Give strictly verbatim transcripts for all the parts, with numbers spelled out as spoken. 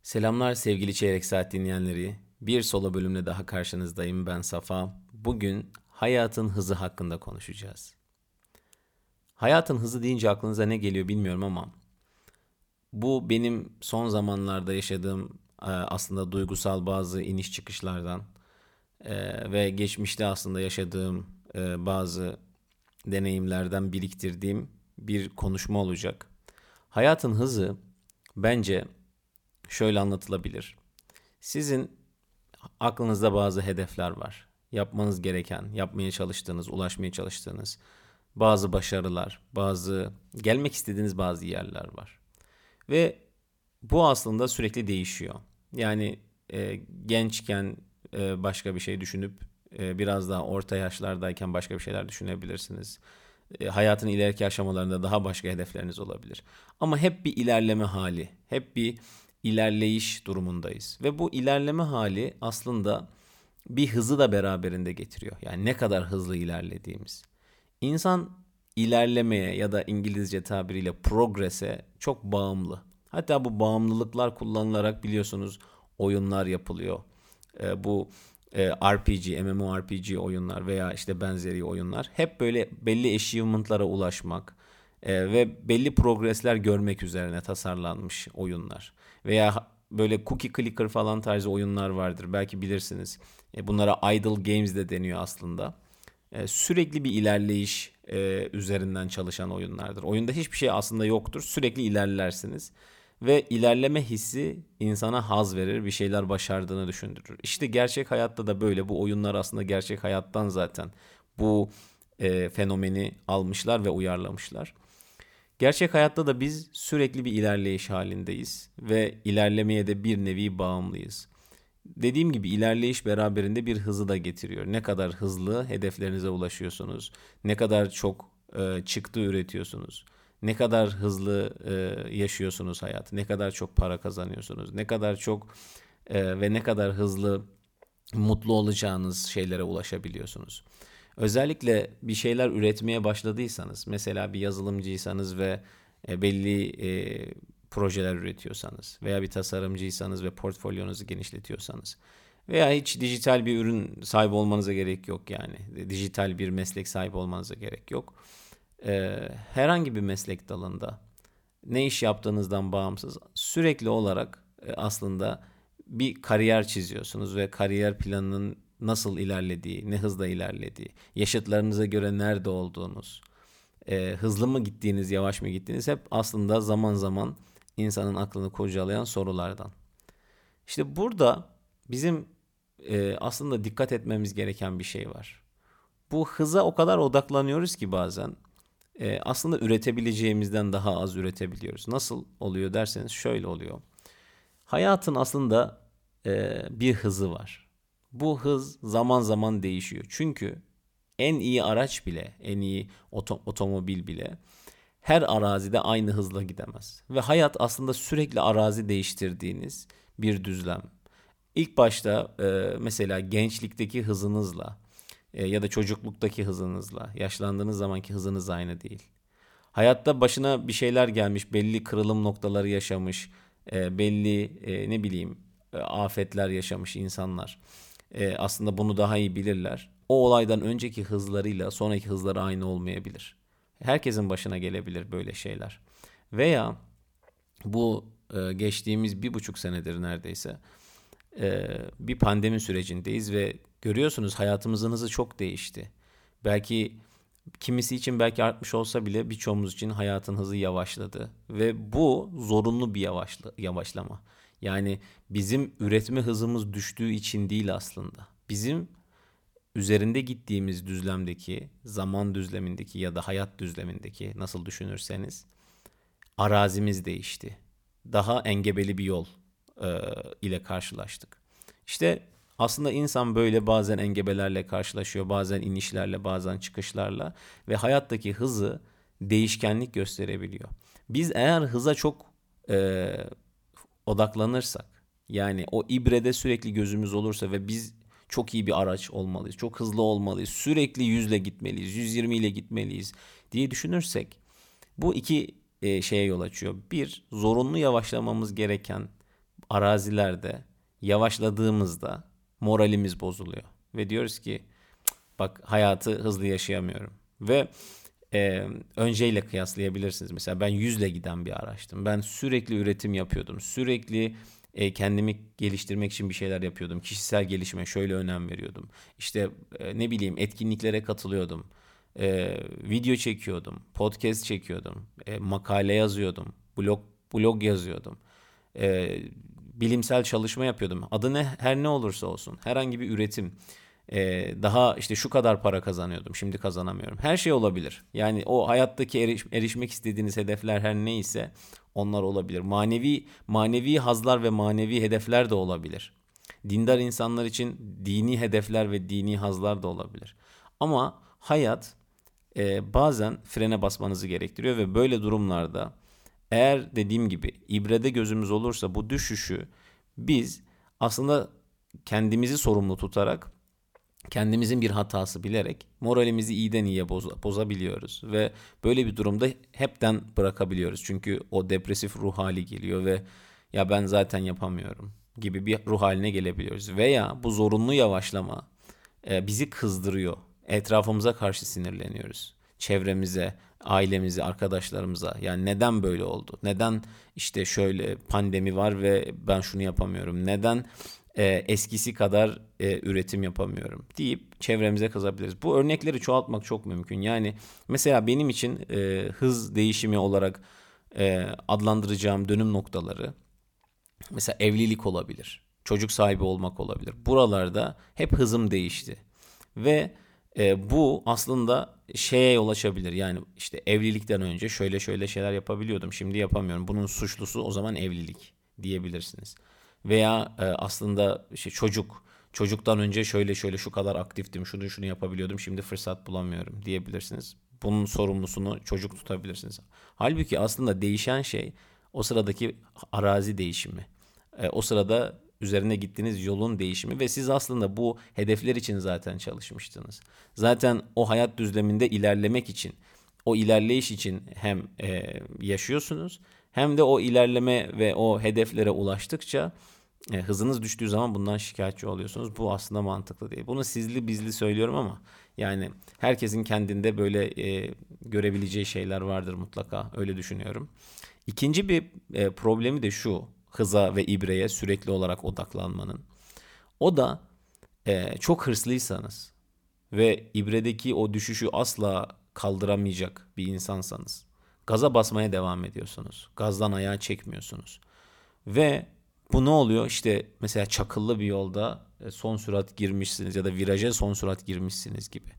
Selamlar sevgili Çeyrek Saat dinleyenleri. Bir solo bölümle daha karşınızdayım, ben Safa. Bugün hayatın hızı hakkında konuşacağız. Hayatın hızı deyince aklınıza ne geliyor bilmiyorum ama bu benim son zamanlarda yaşadığım e, aslında duygusal bazı iniş çıkışlardan e, ve geçmişte aslında yaşadığım e, bazı deneyimlerden biriktirdiğim bir konuşma olacak. Hayatın hızı bence şöyle anlatılabilir. Sizin aklınızda bazı hedefler var. Yapmanız gereken, yapmaya çalıştığınız, ulaşmaya çalıştığınız bazı başarılar, bazı gelmek istediğiniz bazı yerler var. Ve bu aslında sürekli değişiyor. Yani e, gençken e, başka bir şey düşünüp e, biraz daha orta yaşlardayken başka bir şeyler düşünebilirsiniz. E, hayatın ileriki aşamalarında daha başka hedefleriniz olabilir. Ama hep bir ilerleme hali, hep bir ilerleyiş durumundayız. Ve bu ilerleme hali aslında bir hızı da beraberinde getiriyor. Yani ne kadar hızlı ilerlediğimiz. İnsan ilerlemeye ya da İngilizce tabiriyle progress'e çok bağımlı. Hatta bu bağımlılıklar kullanılarak biliyorsunuz oyunlar yapılıyor. E, bu e, R P G, MMORPG oyunlar veya işte benzeri oyunlar hep böyle belli achievement'lara ulaşmak e, ve belli progress'ler görmek üzerine tasarlanmış oyunlar. Veya böyle cookie clicker falan tarzı oyunlar vardır. Belki bilirsiniz. E, bunlara idle games de deniyor aslında. E, sürekli bir ilerleyiş e, üzerinden çalışan oyunlardır. Oyunda hiçbir şey aslında yoktur. Sürekli ilerlersiniz. Ve ilerleme hissi insana haz verir, bir şeyler başardığını düşündürür. İşte gerçek hayatta da böyle. Bu oyunlar aslında gerçek hayattan zaten bu e, fenomeni almışlar ve uyarlamışlar. Gerçek hayatta da biz sürekli bir ilerleyiş halindeyiz ve ilerlemeye de bir nevi bağımlıyız. Dediğim gibi ilerleyiş beraberinde bir hızı da getiriyor. Ne kadar hızlı hedeflerinize ulaşıyorsunuz, ne kadar çok e, çıktı üretiyorsunuz, ne kadar hızlı e, yaşıyorsunuz hayatı, ne kadar çok para kazanıyorsunuz, ne kadar çok e, ve ne kadar hızlı mutlu olacağınız şeylere ulaşabiliyorsunuz. Özellikle bir şeyler üretmeye başladıysanız, mesela bir yazılımcıysanız ve e, belli e, projeler üretiyorsanız veya bir tasarımcıysanız ve portfolyonuzu genişletiyorsanız veya hiç dijital bir ürün sahibi olmanıza gerek yok yani. Dijital bir meslek sahibi olmanıza gerek yok. E, herhangi bir meslek dalında ne iş yaptığınızdan bağımsız sürekli olarak e, aslında bir kariyer çiziyorsunuz ve kariyer planının nasıl ilerlediği, ne hızla ilerlediği, yaşıtlarınıza göre nerede olduğunuz, e, hızlı mı gittiğiniz, yavaş mı gittiğiniz hep aslında zaman zaman insanın aklını kurcalayan sorulardan. İşte burada bizim e, aslında dikkat etmemiz gereken bir şey var. Bu hıza o kadar odaklanıyoruz ki bazen e, aslında üretebileceğimizden daha az üretebiliyoruz. Nasıl oluyor derseniz şöyle oluyor. Hayatın aslında e, bir hızı var. Bu hız zaman zaman değişiyor. Çünkü en iyi araç bile, en iyi oto- otomobil bile her arazide aynı hızla gidemez. Ve hayat aslında sürekli arazi değiştirdiğiniz bir düzlem. İlk başta e, mesela gençlikteki hızınızla e, ya da çocukluktaki hızınızla yaşlandığınız zamanki hızınız aynı değil. Hayatta başına bir şeyler gelmiş, belli kırılım noktaları yaşamış, e, belli e, ne bileyim e, afetler yaşamış insanlar. E, aslında bunu daha iyi bilirler. O olaydan önceki hızlarıyla sonraki hızları aynı olmayabilir. Herkesin başına gelebilir böyle şeyler. Veya bu e, geçtiğimiz bir buçuk senedir neredeyse e, bir pandemi sürecindeyiz ve görüyorsunuz hayatımızın hızı çok değişti. Belki kimisi için belki artmış olsa bile birçoğumuz için hayatın hızı yavaşladı. Ve bu zorunlu bir yavaşla, yavaşlama. Yani bizim üretme hızımız düştüğü için değil aslında. Bizim üzerinde gittiğimiz düzlemdeki, zaman düzlemindeki ya da hayat düzlemindeki nasıl düşünürseniz arazimiz değişti. Daha engebeli bir yol e, ile karşılaştık. İşte aslında insan böyle bazen engebelerle karşılaşıyor, bazen inişlerle, bazen çıkışlarla ve hayattaki hızı değişkenlik gösterebiliyor. Biz eğer hıza çok e, odaklanırsak, yani o ibrede sürekli gözümüz olursa ve biz çok iyi bir araç olmalıyız, çok hızlı olmalıyız, sürekli yüzle gitmeliyiz, yüz yirmi ile gitmeliyiz diye düşünürsek bu iki e, şeye yol açıyor. Bir, zorunlu yavaşlamamız gereken arazilerde yavaşladığımızda moralimiz bozuluyor. Ve diyoruz ki bak hayatı hızlı yaşayamıyorum. Ve e, önceyle kıyaslayabilirsiniz. Mesela ben yüzle giden bir araçtım. Ben sürekli üretim yapıyordum. Sürekli e, kendimi geliştirmek için bir şeyler yapıyordum. Kişisel gelişime şöyle önem veriyordum. İşte e, ne bileyim etkinliklere katılıyordum. E, video çekiyordum. Podcast çekiyordum. E, makale yazıyordum. Blog blog yazıyordum. E, bilimsel çalışma yapıyordum. Adı ne her ne olursa olsun. Herhangi bir üretim. Ee, daha işte şu kadar para kazanıyordum. Şimdi kazanamıyorum. Her şey olabilir. Yani o hayattaki eriş, erişmek istediğiniz hedefler her neyse onlar olabilir. Manevi manevi hazlar ve manevi hedefler de olabilir. Dindar insanlar için dini hedefler ve dini hazlar da olabilir. Ama hayat e, bazen frene basmanızı gerektiriyor ve böyle durumlarda eğer dediğim gibi ibrede gözümüz olursa bu düşüşü biz aslında kendimizi sorumlu tutarak kendimizin bir hatası bilerek moralimizi iyiden iyiye boz- bozabiliyoruz ve böyle bir durumda hepten bırakabiliyoruz. Çünkü o depresif ruh hali geliyor ve ya ben zaten yapamıyorum gibi bir ruh haline gelebiliyoruz. Veya bu zorunlu yavaşlama e, bizi kızdırıyor. Etrafımıza karşı sinirleniyoruz. Çevremize, ailemize, arkadaşlarımıza. Yani neden böyle oldu? Neden işte şöyle pandemi var ve ben şunu yapamıyorum? Neden e, eskisi kadar e, üretim yapamıyorum deyip çevremize kızabiliriz. Bu örnekleri çoğaltmak çok mümkün. Yani mesela benim için e, hız değişimi olarak e, adlandıracağım dönüm noktaları mesela evlilik olabilir, çocuk sahibi olmak olabilir. Buralarda hep hızım değişti ve e, bu aslında şeye yol açabilir. Yani işte evlilikten önce şöyle şöyle şeyler yapabiliyordum, şimdi yapamıyorum. Bunun suçlusu o zaman evlilik diyebilirsiniz. Veya e, aslında işte çocuk, çocuktan önce şöyle şöyle şu kadar aktiftim, şunu şunu yapabiliyordum, şimdi fırsat bulamıyorum diyebilirsiniz. Bunun sorumlusunu çocuk tutabilirsiniz. Halbuki aslında değişen şey o sıradaki arazi değişimi. E, o sırada üzerine gittiğiniz yolun değişimi ve siz aslında bu hedefler için zaten çalışmıştınız. Zaten o hayat düzleminde ilerlemek için, o ilerleyiş için hem e, yaşıyorsunuz hem de o ilerleme ve o hedeflere ulaştıkça e, hızınız düştüğü zaman bundan şikayetçi oluyorsunuz. Bu aslında mantıklı değil. Bunu sizli bizli söylüyorum ama yani herkesin kendinde böyle e, görebileceği şeyler vardır mutlaka. Öyle düşünüyorum. İkinci bir e, problemi de şu hıza ve ibreye sürekli olarak odaklanmanın. O da e, çok hırslıysanız ve ibredeki o düşüşü asla kaldıramayacak bir insansanız gaza basmaya devam ediyorsunuz. Gazdan ayağa çekmiyorsunuz. Ve bu ne oluyor? İşte mesela çakıllı bir yolda e, son sürat girmişsiniz ya da viraja son sürat girmişsiniz gibi.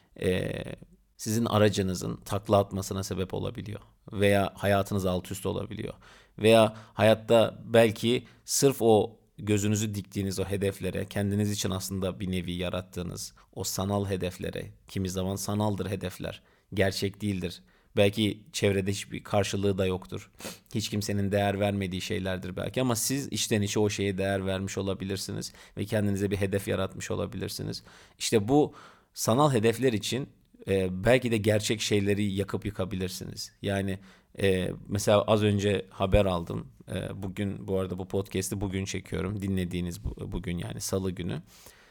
Ee, sizin aracınızın takla atmasına sebep olabiliyor. Veya hayatınız alt üst olabiliyor. Veya hayatta belki sırf o gözünüzü diktiğiniz o hedeflere, kendiniz için aslında bir nevi yarattığınız o sanal hedeflere, kimi zaman sanaldır hedefler, gerçek değildir. Belki çevrede hiçbir karşılığı da yoktur. Hiç kimsenin değer vermediği şeylerdir belki ama siz içten içe o şeye değer vermiş olabilirsiniz ve kendinize bir hedef yaratmış olabilirsiniz. İşte bu sanal hedefler için e, belki de gerçek şeyleri yakıp yıkabilirsiniz. Yani e, mesela az önce haber aldım. E, bugün bu arada bu podcast'i bugün çekiyorum. Dinlediğiniz bu, bugün yani Salı günü.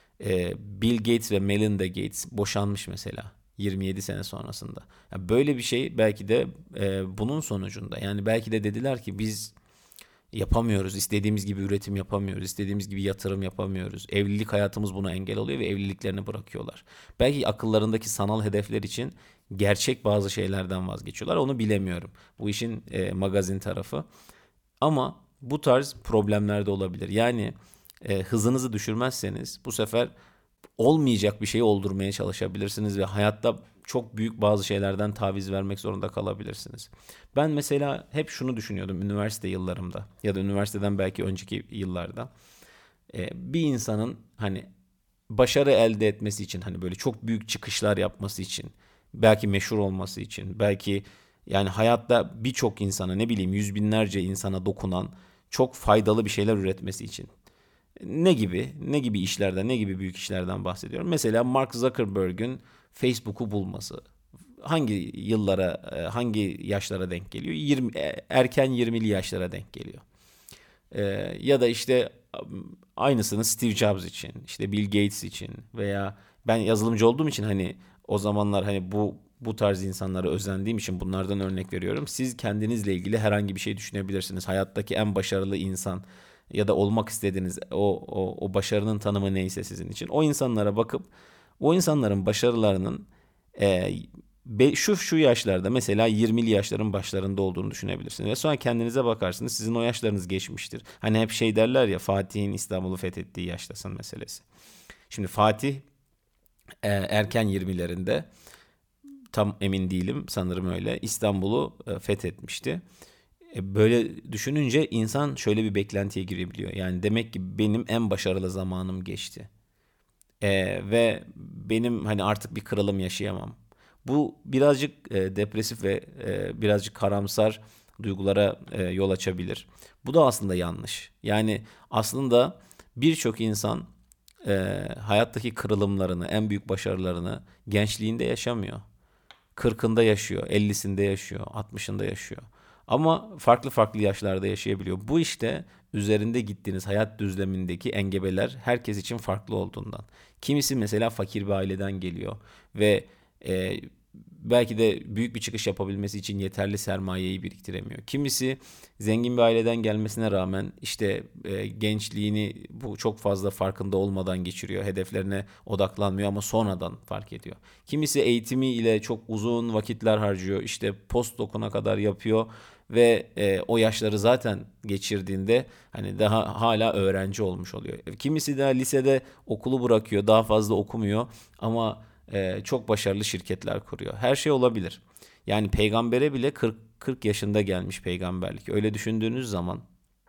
E, Bill Gates ve Melinda Gates boşanmış mesela. yirmi yedi sene sonrasında. Yani böyle bir şey belki de e, bunun sonucunda. Yani belki de dediler ki biz yapamıyoruz. İstediğimiz gibi üretim yapamıyoruz. İstediğimiz gibi yatırım yapamıyoruz. Evlilik hayatımız buna engel oluyor ve evliliklerini bırakıyorlar. Belki akıllarındaki sanal hedefler için gerçek bazı şeylerden vazgeçiyorlar. Onu bilemiyorum. Bu işin e, magazin tarafı. Ama bu tarz problemler de olabilir. Yani e, hızınızı düşürmezseniz bu sefer olmayacak bir şeyi oldurmaya çalışabilirsiniz ve hayatta çok büyük bazı şeylerden taviz vermek zorunda kalabilirsiniz. Ben mesela hep şunu düşünüyordum üniversite yıllarımda ya da üniversiteden belki önceki yıllarda. Ee, bir insanın hani başarı elde etmesi için hani böyle çok büyük çıkışlar yapması için, belki meşhur olması için, belki yani hayatta birçok insana ne bileyim yüz binlerce insana dokunan çok faydalı bir şeyler üretmesi için. Ne gibi? Ne gibi işlerden, ne gibi büyük işlerden bahsediyorum? Mesela Mark Zuckerberg'ün Facebook'u bulması. Hangi yıllara, hangi yaşlara denk geliyor? yirmi, erken yirmili yaşlara denk geliyor. Ee, ya da işte aynısını Steve Jobs için, işte Bill Gates için veya ben yazılımcı olduğum için hani o zamanlar hani bu bu tarz insanlara özendiğim için bunlardan örnek veriyorum. Siz kendinizle ilgili herhangi bir şey düşünebilirsiniz. Hayattaki en başarılı insan ya da olmak istediğiniz o, o, o başarının tanımı neyse sizin için. O insanlara bakıp o insanların başarılarının e, be- şu şu yaşlarda mesela yirmili yaşların başlarında olduğunu düşünebilirsiniz. Ve sonra kendinize bakarsınız sizin o yaşlarınız geçmiştir. Hani hep şey derler ya Fatih'in İstanbul'u fethettiği yaştasın meselesi. Şimdi Fatih e, erken yirmilerinde tam emin değilim sanırım öyle İstanbul'u e, fethetmişti. E, Böyle düşününce insan şöyle bir beklentiye girebiliyor. Yani demek ki benim en başarılı zamanım geçti. Ee, ve benim hani artık bir kırılım yaşayamam. Bu birazcık e, depresif ve e, birazcık karamsar duygulara e, yol açabilir. Bu da aslında yanlış. Yani aslında birçok insan e, hayattaki kırılımlarını, en büyük başarılarını gençliğinde yaşamıyor. Kırkında yaşıyor, ellisinde yaşıyor, altmışında yaşıyor. Ama farklı farklı yaşlarda yaşayabiliyor. Bu işte üzerinde gittiğiniz hayat düzlemindeki engebeler herkes için farklı olduğundan. Kimisi mesela fakir bir aileden geliyor ve e, belki de büyük bir çıkış yapabilmesi için yeterli sermayeyi biriktiremiyor. Kimisi zengin bir aileden gelmesine rağmen işte e, gençliğini bu çok fazla farkında olmadan geçiriyor. Hedeflerine odaklanmıyor ama sonradan fark ediyor. Kimisi eğitimiyle çok uzun vakitler harcıyor. İşte postdoc'una kadar yapıyor ve e, o yaşları zaten geçirdiğinde hani daha hala öğrenci olmuş oluyor. Kimisi de lisede okulu bırakıyor, daha fazla okumuyor ama e, çok başarılı şirketler kuruyor. Her şey olabilir. Yani peygambere bile kırk kırk yaşında gelmiş peygamberlik. Öyle düşündüğünüz zaman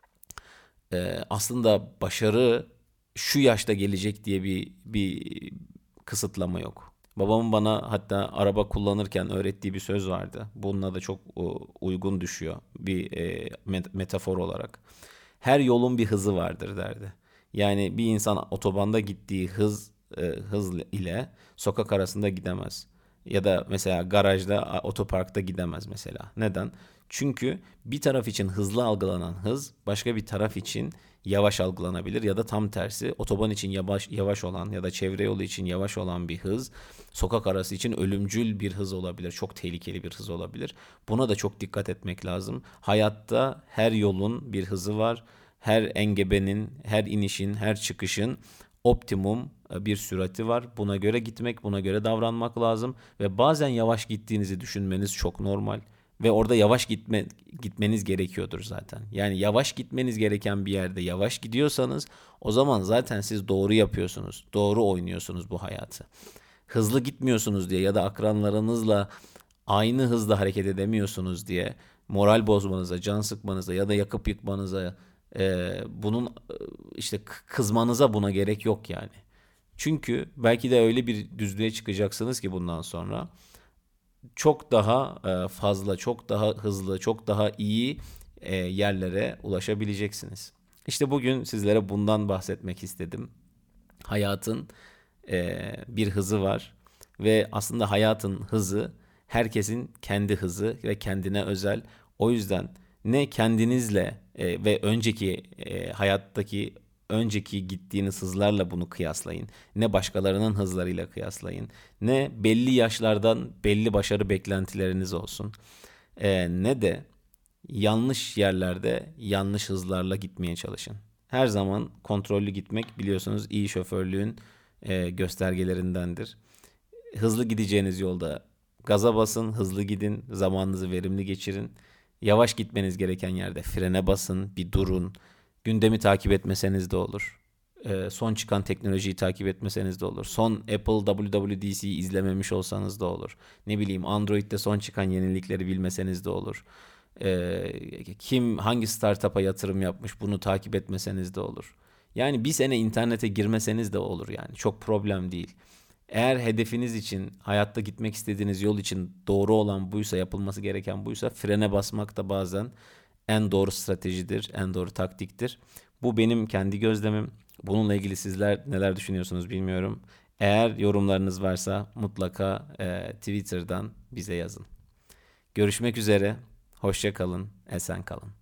e, aslında başarı şu yaşta gelecek diye bir bir kısıtlama yok. Babamın bana hatta araba kullanırken öğrettiği bir söz vardı. Bununla da çok o, uygun düşüyor bir e, metafor olarak. Her yolun bir hızı vardır derdi. Yani bir insan otobanda gittiği hız e, hız ile sokak arasında gidemez. Ya da mesela garajda, otoparkta gidemez mesela. Neden? Çünkü bir taraf için hızlı algılanan hız başka bir taraf için yavaş algılanabilir ya da tam tersi otoban için yavaş yavaş olan ya da çevre yolu için yavaş olan bir hız sokak arası için ölümcül bir hız olabilir. Çok tehlikeli bir hız olabilir. Buna da çok dikkat etmek lazım. Hayatta her yolun bir hızı var. Her engebenin, her inişin, her çıkışın optimum bir sürati var. Buna göre gitmek, buna göre davranmak lazım ve bazen yavaş gittiğinizi düşünmeniz çok normal ve orada yavaş gitme gitmeniz gerekiyordur zaten. Yani yavaş gitmeniz gereken bir yerde yavaş gidiyorsanız o zaman zaten siz doğru yapıyorsunuz. Doğru oynuyorsunuz bu hayatı. Hızlı gitmiyorsunuz diye ya da akranlarınızla aynı hızda hareket edemiyorsunuz diye moral bozmanıza, can sıkmanıza ya da yakıp yıkmanıza e, bunun e, işte kızmanıza buna gerek yok yani. Çünkü belki de öyle bir düzlüğe çıkacaksınız ki bundan sonra çok daha e, fazla, çok daha hızlı, çok daha iyi e, yerlere ulaşabileceksiniz. İşte bugün sizlere bundan bahsetmek istedim. Hayatın e, bir hızı var ve aslında hayatın hızı herkesin kendi hızı ve kendine özel. O yüzden ne kendinizle e, ve önceki e, hayattaki önceki gittiğiniz hızlarla bunu kıyaslayın. Ne başkalarının hızlarıyla kıyaslayın. Ne belli yaşlardan belli başarı beklentileriniz olsun. E, ne de yanlış yerlerde yanlış hızlarla gitmeye çalışın. Her zaman kontrollü gitmek biliyorsunuz iyi şoförlüğün e, göstergelerindendir. Hızlı gideceğiniz yolda gaza basın, hızlı gidin, zamanınızı verimli geçirin. Yavaş gitmeniz gereken yerde frene basın, bir durun. Gündemi takip etmeseniz de olur. E, son çıkan teknolojiyi takip etmeseniz de olur. Son Apple W W D C'yi izlememiş olsanız da olur. Ne bileyim Android'de son çıkan yenilikleri bilmeseniz de olur. Ee, kim hangi startup'a yatırım yapmış bunu takip etmeseniz de olur. Yani bir sene internete girmeseniz de olur yani. Çok problem değil. Eğer hedefiniz için, hayatta gitmek istediğiniz yol için doğru olan buysa, yapılması gereken buysa frene basmak da bazen en doğru stratejidir, en doğru taktiktir. Bu benim kendi gözlemim. Bununla ilgili sizler neler düşünüyorsunuz bilmiyorum. Eğer yorumlarınız varsa mutlaka e, Twitter'dan bize yazın. Görüşmek üzere. Hoşça kalın, esen kalın.